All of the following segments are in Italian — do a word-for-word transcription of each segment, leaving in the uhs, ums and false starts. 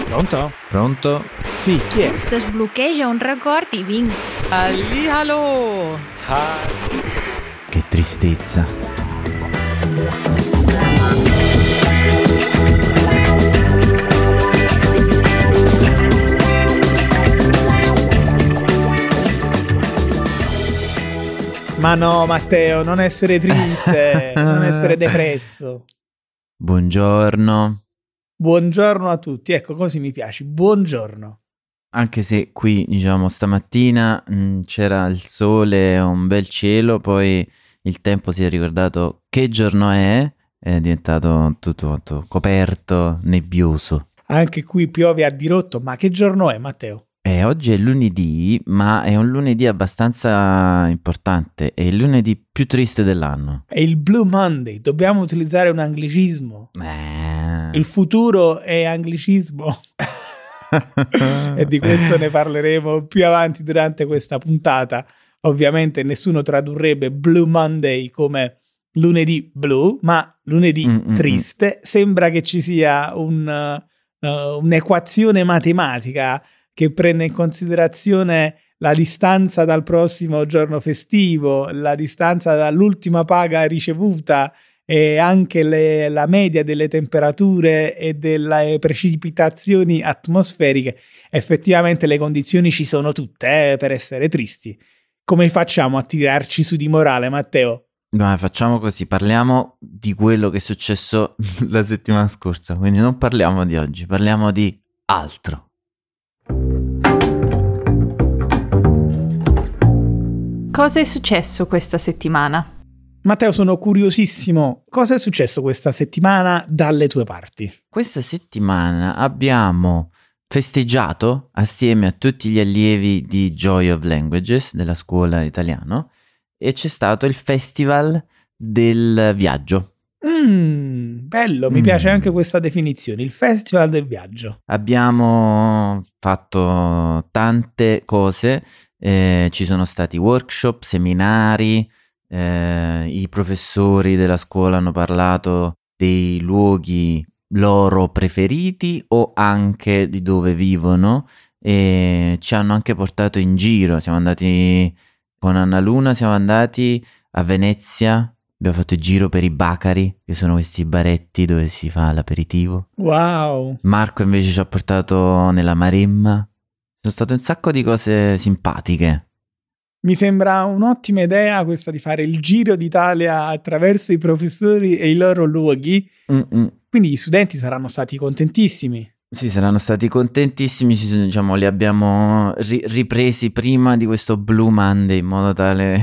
Pronto? Pronto? Sì, chi è? Desbloqueja un record i vinc. Allihalo! Ah. Che tristezza. Ma no, Matteo, non essere triste, non essere depresso. Buongiorno. Buongiorno a tutti, ecco, così mi piaci, buongiorno. Anche se qui, diciamo, stamattina mh, c'era il sole, un bel cielo, poi il tempo si è ricordato che giorno è, è diventato tutto, tutto coperto, nebbioso. Anche qui piove a dirotto, ma che giorno è, Matteo? Eh, oggi è lunedì, ma è un lunedì abbastanza importante, è il lunedì più triste dell'anno. È il Blue Monday, dobbiamo utilizzare un anglicismo. Eh... Il futuro è anglicismo. E di questo ne parleremo più avanti durante questa puntata. Ovviamente nessuno tradurrebbe Blue Monday come lunedì blu, ma lunedì Mm-mm. triste. Sembra che ci sia un, uh, un'equazione matematica che prende in considerazione la distanza dal prossimo giorno festivo, la distanza dall'ultima paga ricevuta e anche le, la media delle temperature e delle precipitazioni atmosferiche. Effettivamente le condizioni ci sono tutte eh, per essere tristi. Come facciamo a tirarci su di morale, Matteo? No, facciamo così, parliamo di quello che è successo la settimana scorsa, quindi non parliamo di oggi, parliamo di altro. Cosa è successo questa settimana? Matteo, sono curiosissimo. Cosa è successo questa settimana dalle tue parti? Questa settimana abbiamo festeggiato assieme a tutti gli allievi di Joy of Languages della scuola italiano e c'è stato il festival del viaggio. Mm, bello, mi Mm. piace anche questa definizione, il festival del viaggio. Abbiamo fatto tante cose, eh, ci sono stati workshop, seminari, eh, i professori della scuola hanno parlato dei luoghi loro preferiti o anche di dove vivono e ci hanno anche portato in giro. Siamo andati con Anna Luna, siamo andati a Venezia, abbiamo fatto il giro per i Bacari, che sono questi baretti dove si fa l'aperitivo. Wow. Marco invece ci ha portato nella Maremma. Sono state un sacco di cose simpatiche. Mi sembra un'ottima idea questa di fare il giro d'Italia attraverso i professori e i loro luoghi. Mm-mm. Quindi gli studenti saranno stati contentissimi. Sì, saranno stati contentissimi, ci sono- diciamo, li abbiamo ri- ripresi prima di questo Blue Monday in modo tale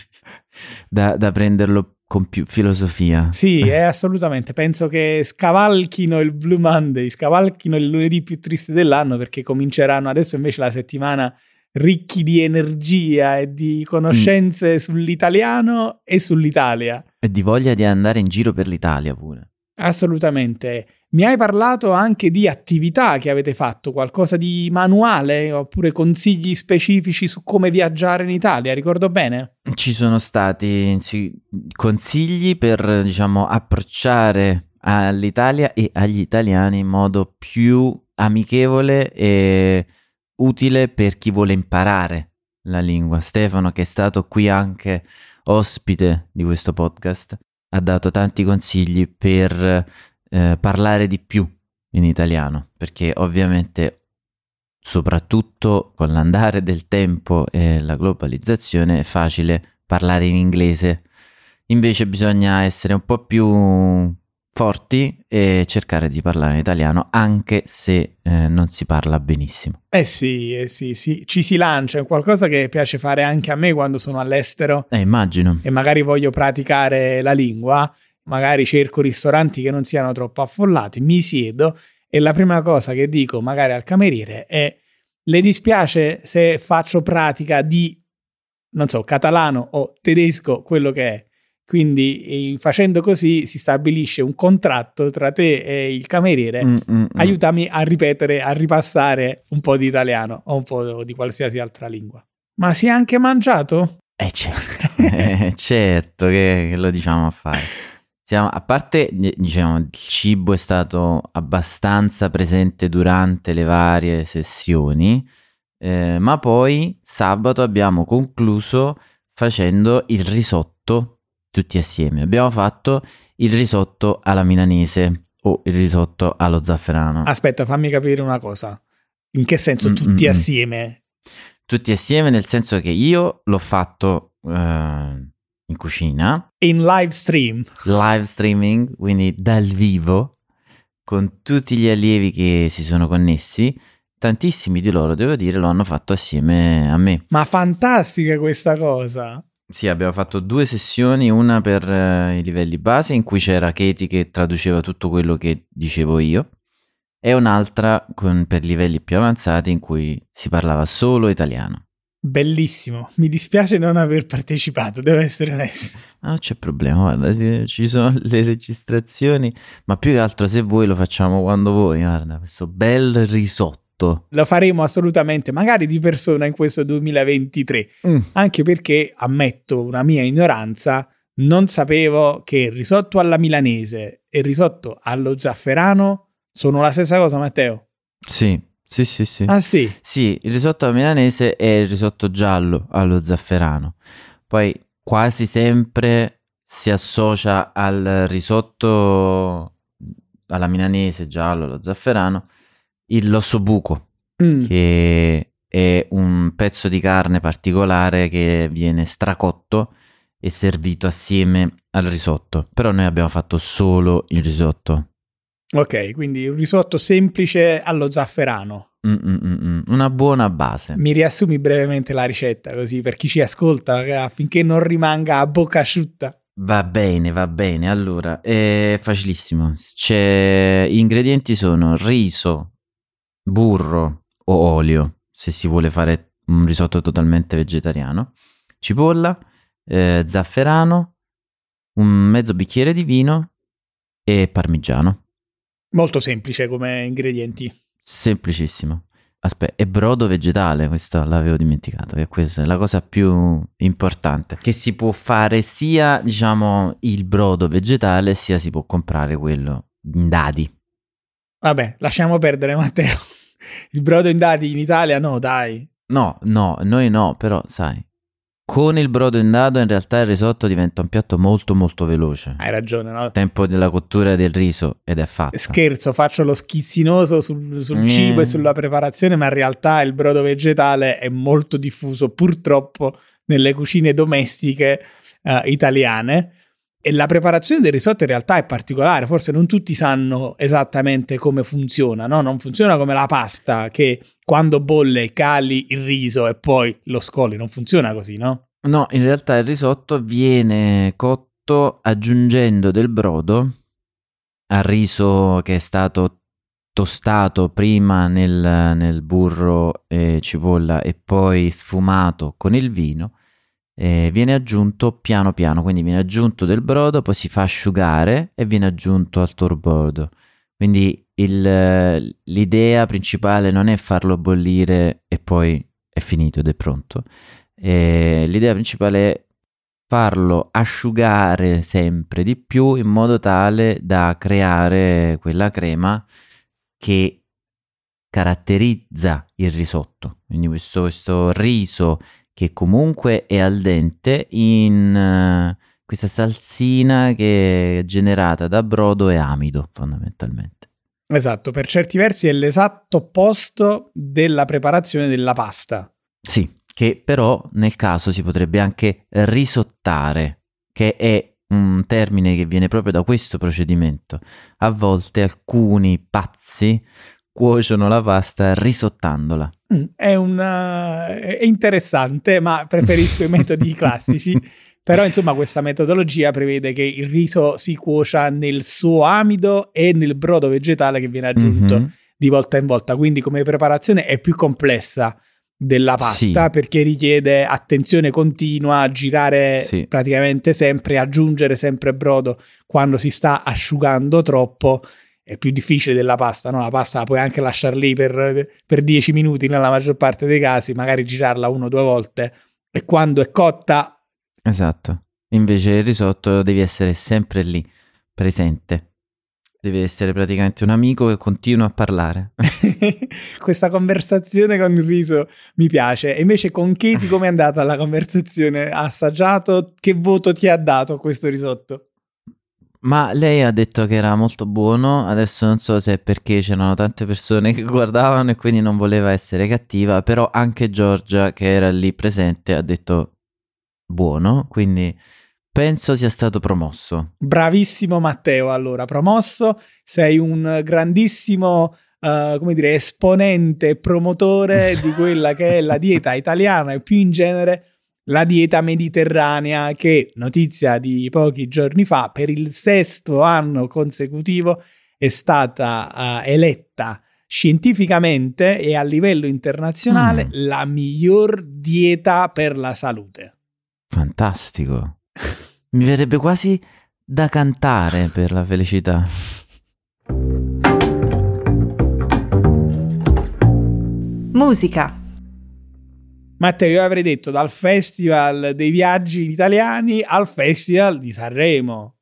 da, da prenderlo con più filosofia. Sì, è assolutamente. Penso che scavalchino il Blue Monday, scavalchino il lunedì più triste dell'anno perché cominceranno adesso invece la settimana ricchi di energia e di conoscenze sull'italiano e sull'Italia. E di voglia di andare in giro per l'Italia pure. Assolutamente. Mi hai parlato anche di attività che avete fatto, qualcosa di manuale oppure consigli specifici su come viaggiare in Italia, ricordo bene? Ci sono stati sì, consigli per, diciamo, approcciare all'Italia e agli italiani in modo più amichevole e utile per chi vuole imparare la lingua. Stefano, che è stato qui anche ospite di questo podcast, ha dato tanti consigli per eh, parlare di più in italiano, perché ovviamente soprattutto con l'andare del tempo e la globalizzazione è facile parlare in inglese, invece bisogna essere un po' più forti e cercare di parlare in italiano anche se eh, non si parla benissimo. Eh sì, eh sì, sì, ci si lancia, è qualcosa che piace fare anche a me quando sono all'estero Eh, immagino. e magari voglio praticare la lingua, magari cerco ristoranti che non siano troppo affollati, mi siedo e la prima cosa che dico magari al cameriere è: le dispiace se faccio pratica di, non so, catalano o tedesco, quello che è. Quindi eh, facendo così si stabilisce un contratto tra te e il cameriere. Mm, mm, mm. Aiutami a ripetere, a ripassare un po' di italiano o un po' di qualsiasi altra lingua. Ma si è anche mangiato? Eh certo, eh, certo che, che lo diciamo a fare. Siamo, a parte, diciamo, il cibo è stato abbastanza presente durante le varie sessioni, eh, ma poi sabato abbiamo concluso facendo il risotto tutti assieme. Abbiamo fatto il risotto alla milanese o il risotto allo zafferano. Aspetta, fammi capire una cosa. In che senso Mm, tutti mm, mm. assieme? Tutti assieme nel senso che io l'ho fatto eh, in cucina, In live stream. live streaming, quindi dal vivo, con tutti gli allievi che si sono connessi. Tantissimi di loro, devo dire, lo hanno fatto assieme a me. Ma fantastica questa cosa. Sì, abbiamo fatto due sessioni, una per eh, i livelli base in cui c'era Katie che traduceva tutto quello che dicevo io e un'altra con, per livelli più avanzati in cui si parlava solo italiano. Bellissimo. Mi dispiace non aver partecipato, devo essere onesto. Ma non c'è problema, guarda, sì, ci sono le registrazioni, ma più che altro se voi lo facciamo quando voi, guarda, questo bel risotto. Lo faremo assolutamente, magari di persona in questo duemilaventitré, Mm. anche perché, ammetto una mia ignoranza, non sapevo che il risotto alla milanese e il risotto allo zafferano sono la stessa cosa, Matteo. Sì, sì, sì, sì. Ah sì? Sì, il risotto milanese è il risotto giallo allo zafferano. Poi quasi sempre si associa al risotto alla milanese giallo allo zafferano il l'ossobuco, Mm. che è un pezzo di carne particolare che viene stracotto e servito assieme al risotto. Però noi abbiamo fatto solo il risotto. Ok, quindi un risotto semplice allo zafferano. Mm, mm, mm, mm. Una buona base. Mi riassumi brevemente la ricetta, così per chi ci ascolta, affinché non rimanga a bocca asciutta. Va bene, va bene. Allora, è facilissimo. C'è... Gli ingredienti sono riso, burro o olio, se si vuole fare un risotto totalmente vegetariano, cipolla, eh, zafferano, un mezzo bicchiere di vino e parmigiano. Molto semplice come ingredienti. Semplicissimo. Aspetta, e brodo vegetale, questa l'avevo dimenticato, che questa è la cosa più importante, che si può fare sia, diciamo, il brodo vegetale, sia si può comprare quello in dadi. Vabbè, lasciamo perdere, Matteo. Il brodo in dadi in Italia no, dai. No, no, noi no, però sai, con il brodo in dado in realtà il risotto diventa un piatto molto molto veloce. Hai ragione, no? Il tempo della cottura del riso ed è fatto. Scherzo, faccio lo schizzinoso sul, sul Mm. cibo e sulla preparazione, ma in realtà il brodo vegetale è molto diffuso purtroppo nelle cucine domestiche eh, italiane. E la preparazione del risotto in realtà è particolare, forse non tutti sanno esattamente come funziona, no? Non funziona come la pasta che quando bolle cali il riso e poi lo scoli, non funziona così, no? No, in realtà il risotto viene cotto aggiungendo del brodo al riso che è stato tostato prima nel, nel burro e cipolla e poi sfumato con il vino. Eh, viene aggiunto piano piano, quindi viene aggiunto del brodo, poi si fa asciugare e viene aggiunto al tuorbordo. Quindi il, l'idea principale non è farlo bollire e poi è finito ed è pronto. Eh, l'idea principale è farlo asciugare sempre di più in modo tale da creare quella crema che caratterizza il risotto. Quindi questo, questo riso che comunque è al dente in uh, questa salsina che è generata da brodo e amido fondamentalmente. Esatto, per certi versi è l'esatto opposto della preparazione della pasta. Sì, che però nel caso si potrebbe anche risottare, che è un termine che viene proprio da questo procedimento. A volte alcuni pazzi cuociono la pasta risottandola. Mm, è, una, è interessante, ma preferisco i metodi classici. Però insomma questa metodologia prevede che il riso si cuocia nel suo amido e nel brodo vegetale che viene aggiunto mm-hmm. di volta in volta. Quindi come preparazione è più complessa della pasta, sì, perché richiede attenzione continua, girare sì. praticamente sempre, aggiungere sempre brodo quando si sta asciugando troppo. È più difficile della pasta, no? La pasta la puoi anche lasciare lì per, per dieci minuti nella maggior parte dei casi, magari girarla uno o due volte e quando è cotta... Esatto, invece il risotto devi essere sempre lì, presente. Deve essere praticamente un amico che continua a parlare. Questa conversazione con il riso mi piace. E invece con Katie com'è andata la conversazione? Ha assaggiato? Che voto ti ha dato questo risotto? Ma lei ha detto che era molto buono, adesso non so se è perché c'erano tante persone che guardavano e quindi non voleva essere cattiva, però anche Giorgia, che era lì presente, ha detto buono, quindi penso sia stato promosso. Bravissimo Matteo, allora, promosso, sei un grandissimo, uh, come dire, esponente e promotore di quella che è la dieta italiana e più in genere la dieta mediterranea che, notizia di pochi giorni fa, per il sesto anno consecutivo è stata uh, eletta scientificamente e a livello internazionale mm. la miglior dieta per la salute. Fantastico. Mi verrebbe quasi da cantare per la felicità. Musica. Matteo, io avrei detto dal Festival dei Viaggi Italiani al Festival di Sanremo.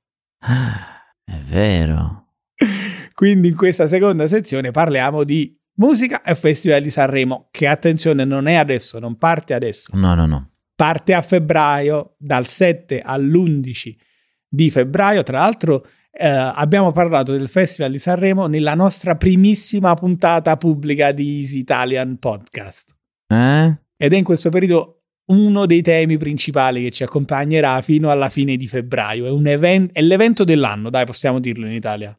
È vero. Quindi in questa seconda sezione parliamo di musica e Festival di Sanremo, che attenzione non è adesso, non parte adesso. No, no, no. Parte a febbraio, dal sette all'undici di febbraio. Tra l'altro eh, abbiamo parlato del Festival di Sanremo nella nostra primissima puntata pubblica di Easy Italian Podcast. Eh? Ed è in questo periodo uno dei temi principali che ci accompagnerà fino alla fine di febbraio. È, un event- è l'evento dell'anno, dai, possiamo dirlo in Italia.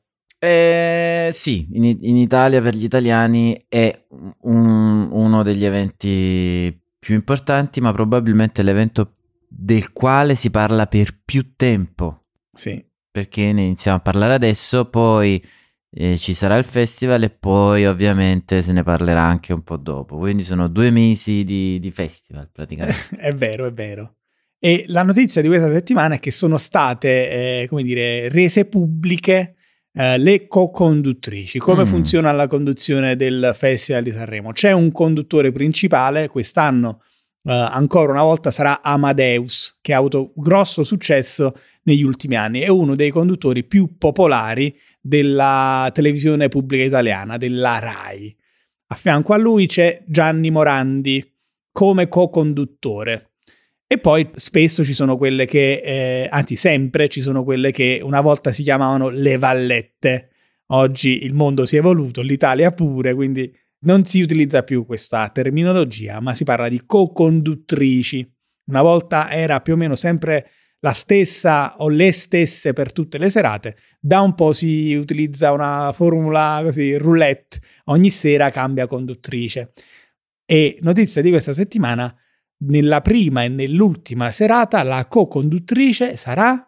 Eh, sì, in, in Italia per gli italiani è un, uno degli eventi più importanti, ma probabilmente l'evento del quale si parla per più tempo. Sì. Perché ne iniziamo a parlare adesso, poi eh, ci sarà il festival e poi ovviamente se ne parlerà anche un po' dopo. Quindi sono due mesi di, di festival praticamente. È vero, è vero. E la notizia di questa settimana è che sono state, eh, come dire, rese pubbliche eh, le co-conduttrici. Come mm. funziona la conduzione del Festival di Sanremo? C'è un conduttore principale, quest'anno eh, ancora una volta sarà Amadeus, che ha avuto grosso successo negli ultimi anni. È uno dei conduttori più popolari della televisione pubblica italiana, della RAI. A fianco a lui c'è Gianni Morandi come co-conduttore. E poi spesso ci sono quelle che, eh, anzi sempre ci sono quelle che una volta si chiamavano le vallette. Oggi il mondo si è evoluto, l'Italia pure, quindi non si utilizza più questa terminologia, ma si parla di co-conduttrici. Una volta era più o meno sempre la stessa o le stesse per tutte le serate. Da un po' si utilizza una formula così, roulette, ogni sera cambia conduttrice. E notizia di questa settimana, nella prima e nell'ultima serata la co-conduttrice sarà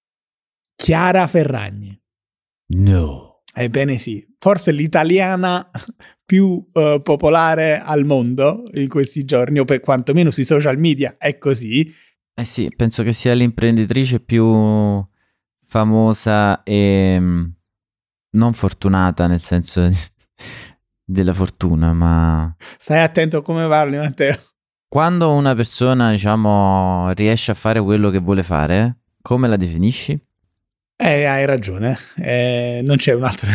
Chiara Ferragni. No. Ebbene sì, forse l'italiana più uh, popolare al mondo in questi giorni, o per quantomeno sui social media è così. Eh sì, penso che sia l'imprenditrice più famosa e non fortunata nel senso della fortuna, ma... Stai attento a come parli, Matteo. Quando una persona, diciamo, riesce a fare quello che vuole fare, come la definisci? Eh, hai ragione, eh, non c'è un altro...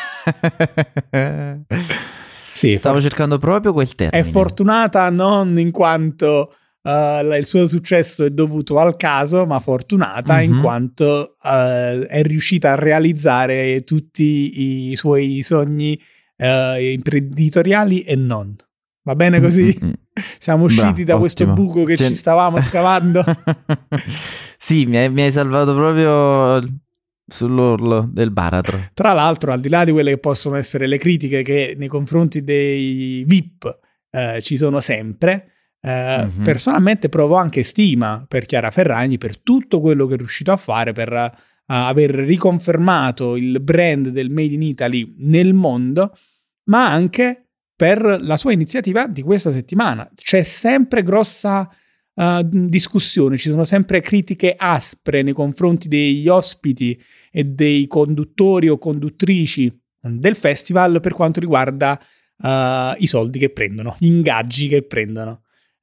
Sì, stavo for... cercando proprio quel termine. È fortunata non in quanto... Uh, il suo successo è dovuto al caso, ma fortunata mm-hmm. in quanto uh, è riuscita a realizzare tutti i suoi sogni uh, imprenditoriali e non. Va bene così? Mm-hmm. Siamo usciti Bra, da ottimo. questo buco che C'è... ci stavamo scavando. Sì, mi hai, mi hai salvato proprio sull'orlo del baratro. Tra l'altro, al di là di quelle che possono essere le critiche che nei confronti dei V I P uh, ci sono sempre, Uh, mm-hmm. personalmente provo anche stima per Chiara Ferragni per tutto quello che è riuscito a fare per uh, aver riconfermato il brand del Made in Italy nel mondo, ma anche per la sua iniziativa di questa settimana. C'è sempre grossa uh, discussione, ci sono sempre critiche aspre nei confronti degli ospiti e dei conduttori o conduttrici del festival per quanto riguarda uh, i soldi che prendono, gli ingaggi che prendono.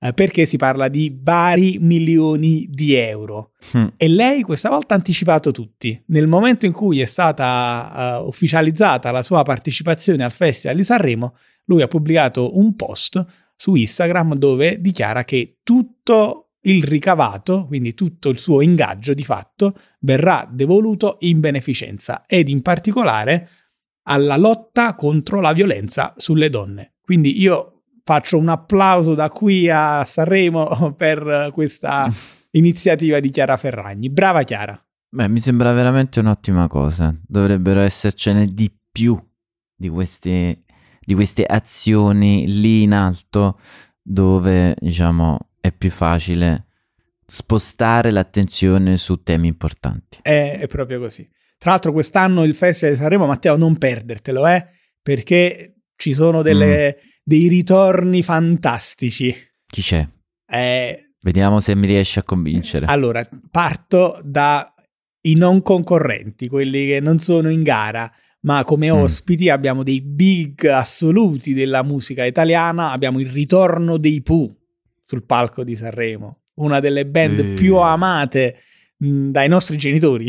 eh, perché si parla di vari milioni di euro. Mm. E lei questa volta ha anticipato tutti. Nel momento in cui è stata uh, ufficializzata la sua partecipazione al Festival di Sanremo, lui ha pubblicato un post su Instagram dove dichiara che tutto il ricavato, quindi tutto il suo ingaggio di fatto, verrà devoluto in beneficenza ed in particolare alla lotta contro la violenza sulle donne. Quindi io faccio un applauso da qui a Sanremo per questa iniziativa di Chiara Ferragni. Brava Chiara. Beh, mi sembra veramente un'ottima cosa. Dovrebbero essercene di più di questi, di queste azioni lì in alto, dove, diciamo, è più facile spostare l'attenzione su temi importanti. È, è proprio così. Tra l'altro quest'anno il Festival di Sanremo, Matteo, non perdertelo, eh, perché ci sono delle, mm. dei ritorni fantastici. Chi c'è? Eh, Vediamo se mi riesci a convincere. Allora, parto dai non concorrenti, quelli che non sono in gara, ma come ospiti mm. abbiamo dei big assoluti della musica italiana. Abbiamo il ritorno dei Pooh sul palco di Sanremo, una delle band eh. più amate mh, dai nostri genitori.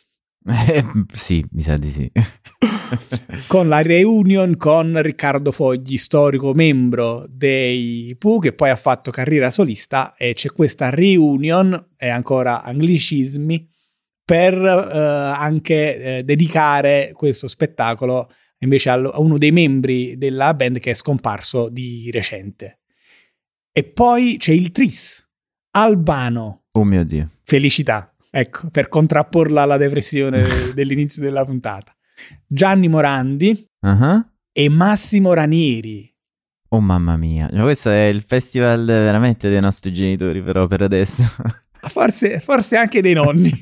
Eh, sì, mi sa di sì. Con la reunion con Riccardo Fogli, storico membro dei Pooh, che poi ha fatto carriera solista, e c'è questa reunion, e ancora anglicismi, per eh, anche eh, dedicare questo spettacolo invece a uno dei membri della band che è scomparso di recente. E poi c'è il Tris, Albano. Oh mio Dio. Felicità. Ecco, per contrapporla alla depressione dell'inizio della puntata. Gianni Morandi uh-huh. e Massimo Ranieri. Oh mamma mia, questo è il festival veramente dei nostri genitori, però per adesso. Forse, forse anche dei nonni.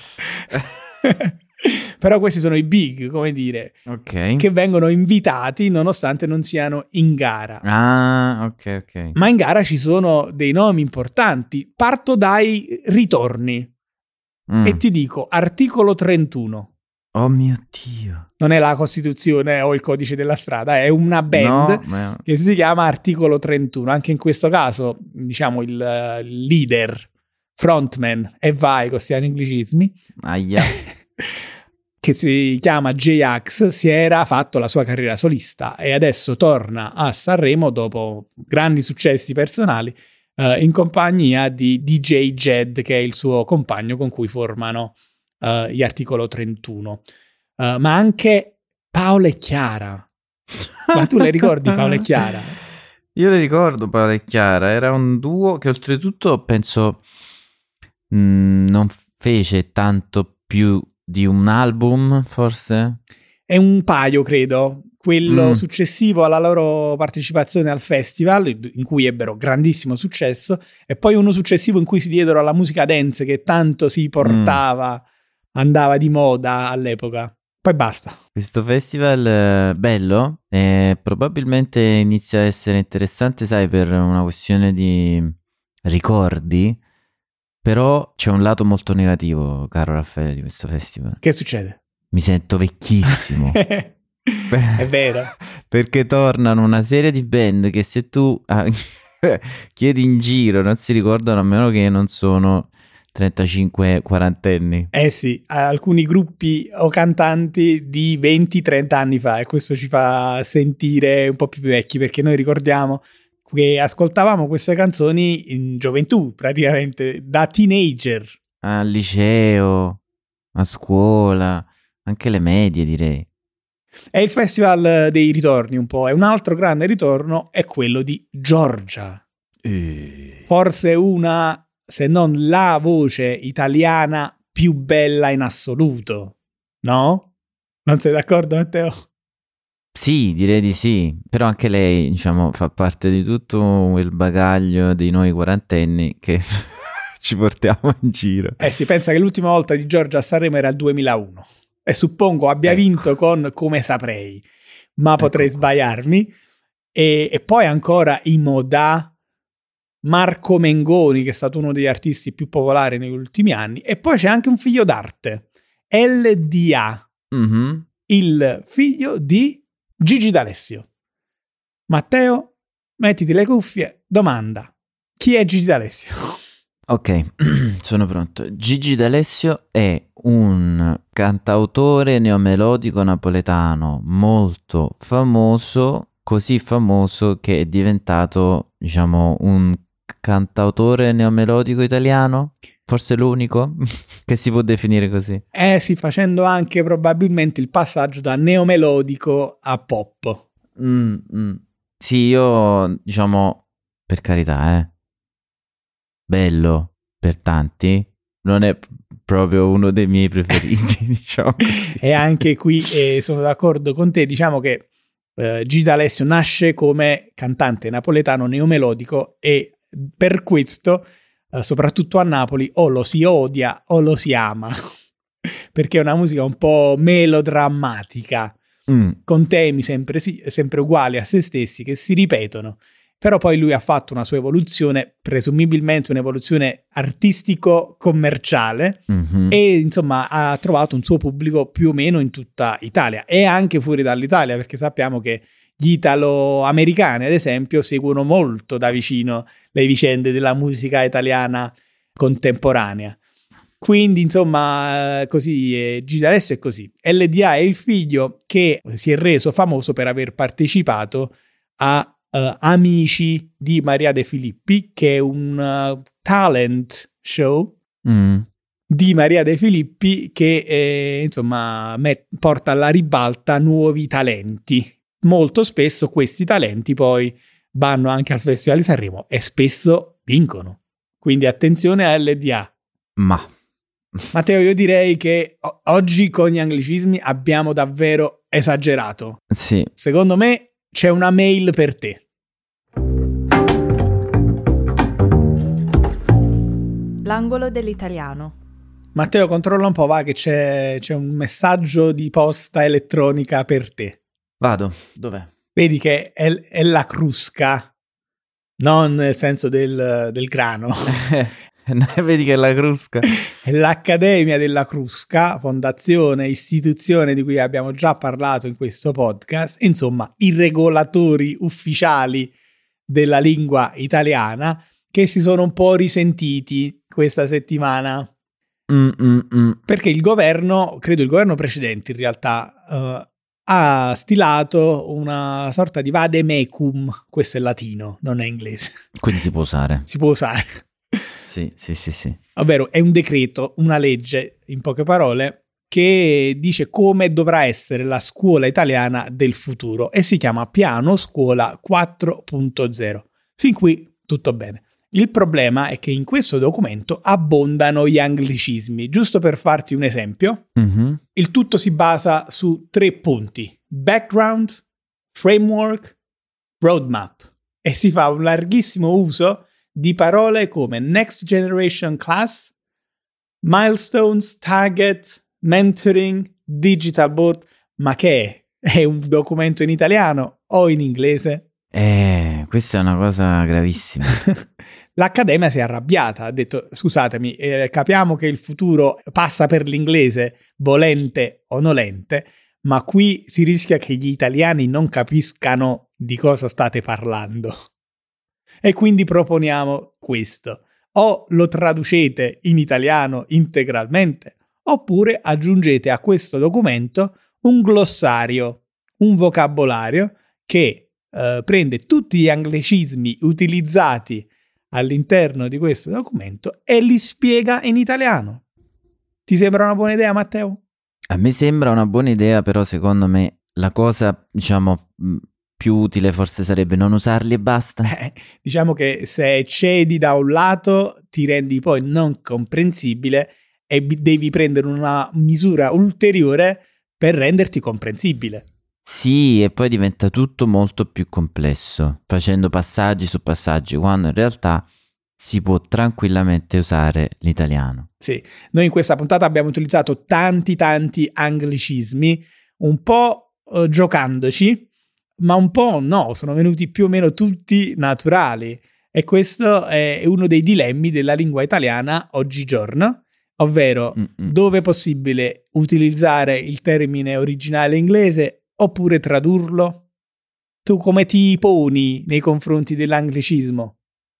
Però questi sono i big, come dire, okay. che vengono invitati nonostante non siano in gara. Ah, ok, ok. Ma in gara ci sono dei nomi importanti. Parto dai ritorni. Mm. E ti dico, articolo trentuno. Oh mio Dio. Non è la Costituzione o il codice della strada, è una band no, ma... che si chiama Articolo trentuno. Anche in questo caso, diciamo, il uh, leader, frontman, e vai con questi anglicismi, Aia. che si chiama J-Ax, si era fatto la sua carriera solista e adesso torna a Sanremo dopo grandi successi personali, Uh, in compagnia di D J Jed, che è il suo compagno con cui formano uh, gli Articolo trentuno. Uh, ma anche Paola e Chiara. Ma tu le ricordi Paola e Chiara? Io le ricordo Paola e Chiara, era un duo che oltretutto penso mh, non fece tanto più di un album, forse? È un paio, credo. Quello mm. successivo alla loro partecipazione al festival, in cui ebbero grandissimo successo, e poi uno successivo in cui si diedero alla musica dance, che tanto si portava, mm. andava di moda all'epoca. Poi basta. Questo festival eh, bello, eh, probabilmente inizia a essere interessante, sai, per una questione di ricordi, però c'è un lato molto negativo, caro Raffaele, di questo festival. Che succede? Mi sento vecchissimo. È vero. Perché tornano una serie di band che se tu ah, chiedi in giro non si ricordano, a meno che non sono trentacinque quarantenni. Eh sì, alcuni gruppi o cantanti di venti trenta anni fa, e questo ci fa sentire un po' più vecchi, perché noi ricordiamo che ascoltavamo queste canzoni in gioventù, praticamente da teenager. Al liceo, a scuola, anche le medie, direi. È il festival dei ritorni un po', e un altro grande ritorno è quello di Giorgia. E... Forse una, se non la voce italiana più bella in assoluto, no? Non sei d'accordo, Matteo? Sì, direi di sì, però anche lei, diciamo, fa parte di tutto il bagaglio dei noi quarantenni che ci portiamo in giro. Eh, si pensa che l'ultima volta di Giorgia a Sanremo era il duemilauno. E suppongo abbia ecco. vinto con Come Saprei, ma potrei ecco. sbagliarmi. E, e poi ancora Imoda, Marco Mengoni, che è stato uno degli artisti più popolari negli ultimi anni, e poi c'è anche un figlio d'arte, L D A, mm-hmm. il figlio di Gigi D'Alessio. Matteo, mettiti le cuffie, domanda: Chi è Gigi D'Alessio? Ok, sono pronto. Gigi D'Alessio è un cantautore neomelodico napoletano molto famoso, così famoso che è diventato, diciamo, un cantautore neomelodico italiano, forse l'unico che si può definire così. Eh sì, facendo anche probabilmente il passaggio da neomelodico a pop. Mm, mm. Sì, io, diciamo, per carità, eh. bello per tanti, non è proprio uno dei miei preferiti, diciamo così. E anche qui eh, sono d'accordo con te, diciamo che eh, Gigi D'Alessio nasce come cantante napoletano neomelodico e per questo, eh, soprattutto a Napoli, o lo si odia o lo si ama, perché è una musica un po' melodrammatica, mm. con temi sempre, sì, sempre uguali a se stessi che si ripetono. Però poi lui ha fatto una sua evoluzione, presumibilmente un'evoluzione artistico-commerciale, mm-hmm. e insomma ha trovato un suo pubblico più o meno in tutta Italia e anche fuori dall'Italia, perché sappiamo che gli italo-americani, ad esempio, seguono molto da vicino le vicende della musica italiana contemporanea. Quindi, insomma, così, eh, Gigi D'Alessio è così. L D A è il figlio che si è reso famoso per aver partecipato a Uh, Amici di Maria De Filippi, che è un uh, talent show mm. di Maria De Filippi che eh, insomma met- porta alla ribalta nuovi talenti. Molto spesso questi talenti poi vanno anche al Festival di Sanremo e spesso vincono. Quindi attenzione a L D A. Ma Matteo, io direi che o- oggi con gli anglicismi abbiamo davvero esagerato. Sì. Secondo me c'è una mail per te. L'angolo dell'italiano. Matteo, controlla un po', va, che c'è, c'è un messaggio di posta elettronica per te. Vado, dov'è? Vedi che è, è la crusca, non nel senso del, del grano. Vedi che è la crusca. È l'Accademia della Crusca, fondazione, istituzione di cui abbiamo già parlato in questo podcast. Insomma, i regolatori ufficiali della lingua italiana che si sono un po' risentiti questa settimana. Mm-mm-mm. Perché il governo, credo il governo precedente in realtà, uh, ha stilato una sorta di vademecum, questo è latino, non è inglese. Quindi si può usare. Si può usare. Sì, sì, sì, sì. Ovvero è un decreto, una legge, in poche parole, che dice come dovrà essere la scuola italiana del futuro e si chiama Piano Scuola quattro punto zero. Fin qui tutto bene. Il problema è che in questo documento abbondano gli anglicismi. Giusto per farti un esempio, mm-hmm. il tutto si basa su tre punti: background, framework, roadmap. E si fa un larghissimo uso di parole come next generation class, milestones, target, mentoring, digital board. Ma che è? È un documento in italiano o in inglese? Eh, questa è una cosa gravissima. L'Accademia si è arrabbiata, ha detto scusatemi, eh, capiamo che il futuro passa per l'inglese, volente o nolente, ma qui si rischia che gli italiani non capiscano di cosa state parlando. E quindi proponiamo questo: o lo traducete in italiano integralmente, oppure aggiungete a questo documento un glossario, un vocabolario che eh, prende tutti gli anglicismi utilizzati all'interno di questo documento e li spiega in italiano. Ti sembra una buona idea, Matteo? A me sembra una buona idea, però secondo me la cosa, diciamo, più utile forse sarebbe non usarli e basta. Eh, diciamo che se cedi da un lato ti rendi poi non comprensibile e devi prendere una misura ulteriore per renderti comprensibile. Sì, e poi diventa tutto molto più complesso, facendo passaggi su passaggi, quando in realtà si può tranquillamente usare l'italiano. Sì, noi in questa puntata abbiamo utilizzato tanti tanti anglicismi, un po' uh, giocandoci, ma un po' no, sono venuti più o meno tutti naturali. E questo è uno dei dilemmi della lingua italiana oggigiorno, ovvero Mm-mm. dove è possibile utilizzare il termine originale inglese oppure tradurlo? Tu come ti poni nei confronti dell'anglicismo?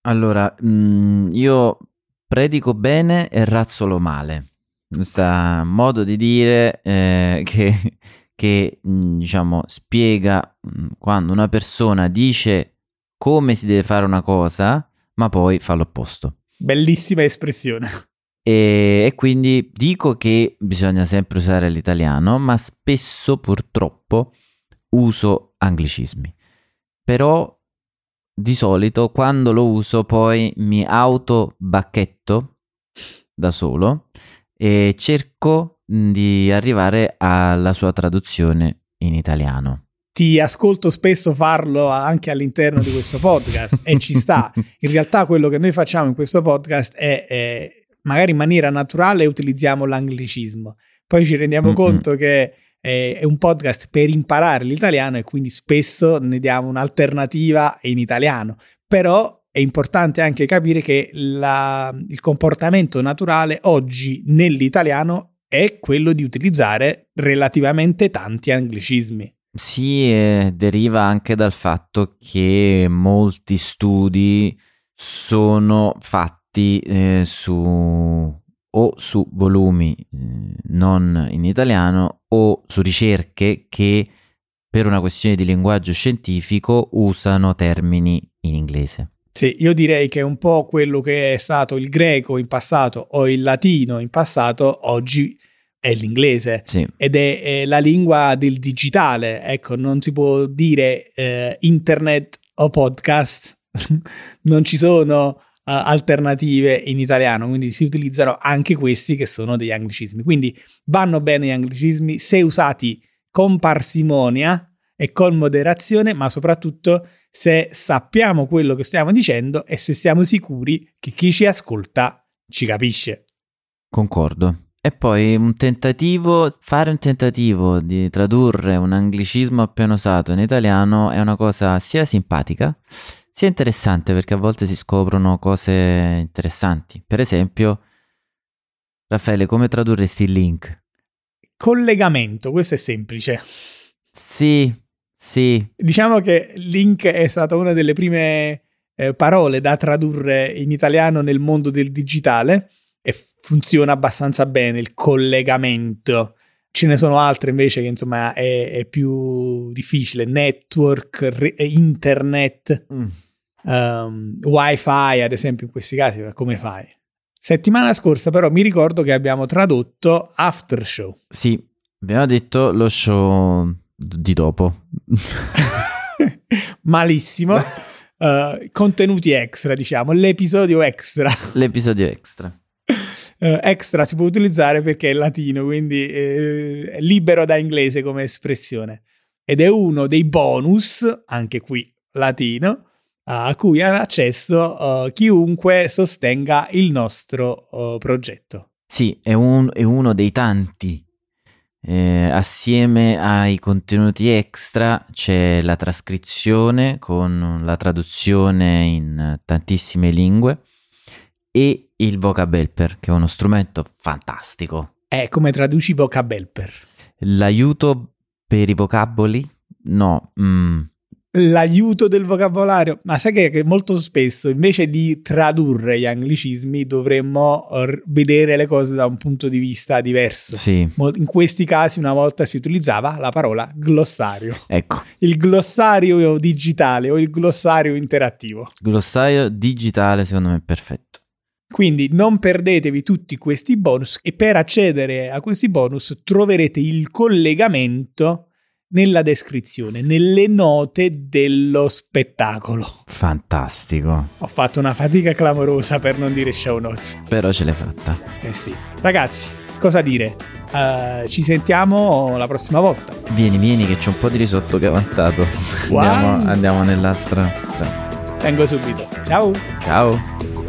Allora, mh, io predico bene e razzolo male. Questo modo di dire eh, che, che mh, diciamo spiega mh, quando una persona dice come si deve fare una cosa, ma poi fa l'opposto. Bellissima espressione. E, e quindi dico che bisogna sempre usare l'italiano, ma spesso purtroppo uso anglicismi. Però di solito quando lo uso poi mi auto bacchetto da solo e cerco di arrivare alla sua traduzione in italiano. Ti ascolto spesso farlo anche all'interno di questo podcast e ci sta. In realtà quello che noi facciamo in questo podcast è, è magari in maniera naturale utilizziamo l'anglicismo. Poi ci rendiamo mm-hmm. conto che è, è un podcast per imparare l'italiano e quindi spesso ne diamo un'alternativa in italiano. Però è importante anche capire che la, il comportamento naturale oggi nell'italiano è quello di utilizzare relativamente tanti anglicismi. Sì, eh, deriva anche dal fatto che molti studi sono fatti eh, su o su volumi eh, non in italiano o su ricerche che per una questione di linguaggio scientifico usano termini in inglese. Sì, io direi che è un po' quello che è stato il greco in passato o il latino in passato, oggi è l'inglese. Sì. Ed è, è la lingua del digitale. Ecco, non si può dire eh, internet o podcast, non ci sono uh, alternative in italiano, quindi si utilizzano anche questi che sono degli anglicismi. Quindi vanno bene gli anglicismi se usati con parsimonia e con moderazione, ma soprattutto se sappiamo quello che stiamo dicendo e se siamo sicuri che chi ci ascolta ci capisce. Concordo. E poi un tentativo, fare un tentativo di tradurre un anglicismo appena usato in italiano è una cosa sia simpatica sia interessante, perché a volte si scoprono cose interessanti. Per esempio, Raffaele, come tradurresti link? Collegamento, questo è semplice. Sì, sì. Diciamo che link è stata una delle prime eh, parole da tradurre in italiano nel mondo del digitale. E funziona abbastanza bene il collegamento. Ce ne sono altre invece che insomma è, è più difficile. Network, re, internet, mm. um, wifi ad esempio in questi casi, come fai? Settimana scorsa però mi ricordo che abbiamo tradotto after show. Sì, abbiamo detto lo show di dopo. Malissimo. uh, contenuti extra, diciamo, l'episodio extra. L'episodio extra. Uh, extra si può utilizzare perché è latino, quindi eh, è libero da inglese come espressione, ed è uno dei bonus, anche qui latino, a cui ha accesso uh, chiunque sostenga il nostro uh, progetto. Sì, è, un, è uno dei tanti. Eh, assieme ai contenuti extra c'è la trascrizione con la traduzione in tantissime lingue e il vocab helper, che è uno strumento fantastico. Eh, come traduci vocab helper? L'aiuto per i vocaboli? No. Mm. L'aiuto del vocabolario? Ma sai che, che molto spesso invece di tradurre gli anglicismi dovremmo r- vedere le cose da un punto di vista diverso. Sì. In questi casi una volta si utilizzava la parola glossario. Ecco. Il glossario digitale o il glossario interattivo. Glossario digitale secondo me è perfetto. Quindi non perdetevi tutti questi bonus e per accedere a questi bonus troverete il collegamento nella descrizione, nelle note dello spettacolo. Fantastico. Ho fatto una fatica clamorosa per non dire show notes. Però ce l'hai fatta. Eh sì. Ragazzi, cosa dire? Uh, ci sentiamo la prossima volta. Vieni, vieni che c'è un po' di risotto che è avanzato. Wow. Andiamo, andiamo nell'altra stanza. Vengo subito. Ciao. Ciao.